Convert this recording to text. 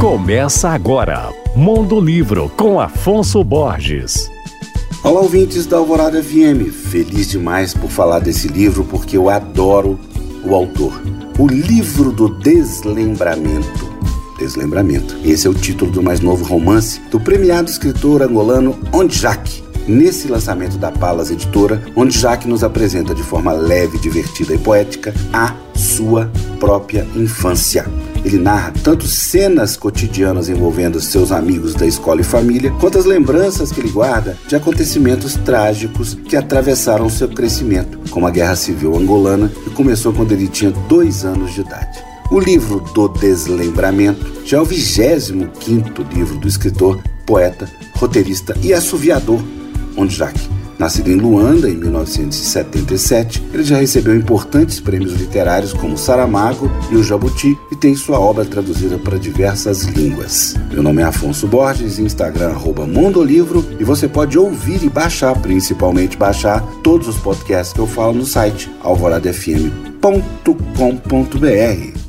Começa agora, Mundo Livro com Afonso Borges. Olá, ouvintes da Alvorada FM. Feliz demais por falar desse livro, porque eu adoro o autor. O livro do Deslembramento. Deslembramento. Esse é o título do mais novo romance do premiado escritor angolano Ondjak. Nesse lançamento da Palas Editora, Ondjak nos apresenta de forma leve, divertida e poética a sua própria infância. Ele narra tanto cenas cotidianas envolvendo seus amigos da escola e família, quanto as lembranças que ele guarda de acontecimentos trágicos que atravessaram seu crescimento, como a Guerra Civil Angolana, que começou quando ele tinha 2 anos de idade. O livro do Deslembramento já é o 25º livro do escritor, poeta, roteirista e assoviador Ondjak. Nascido em Luanda em 1977, ele já recebeu importantes prêmios literários como o Saramago e o Jabuti e tem sua obra traduzida para diversas línguas. Meu nome é Afonso Borges, Instagram @Mondolivro, e você pode ouvir e baixar, principalmente baixar, todos os podcasts que eu falo no site alvoradafm.com.br.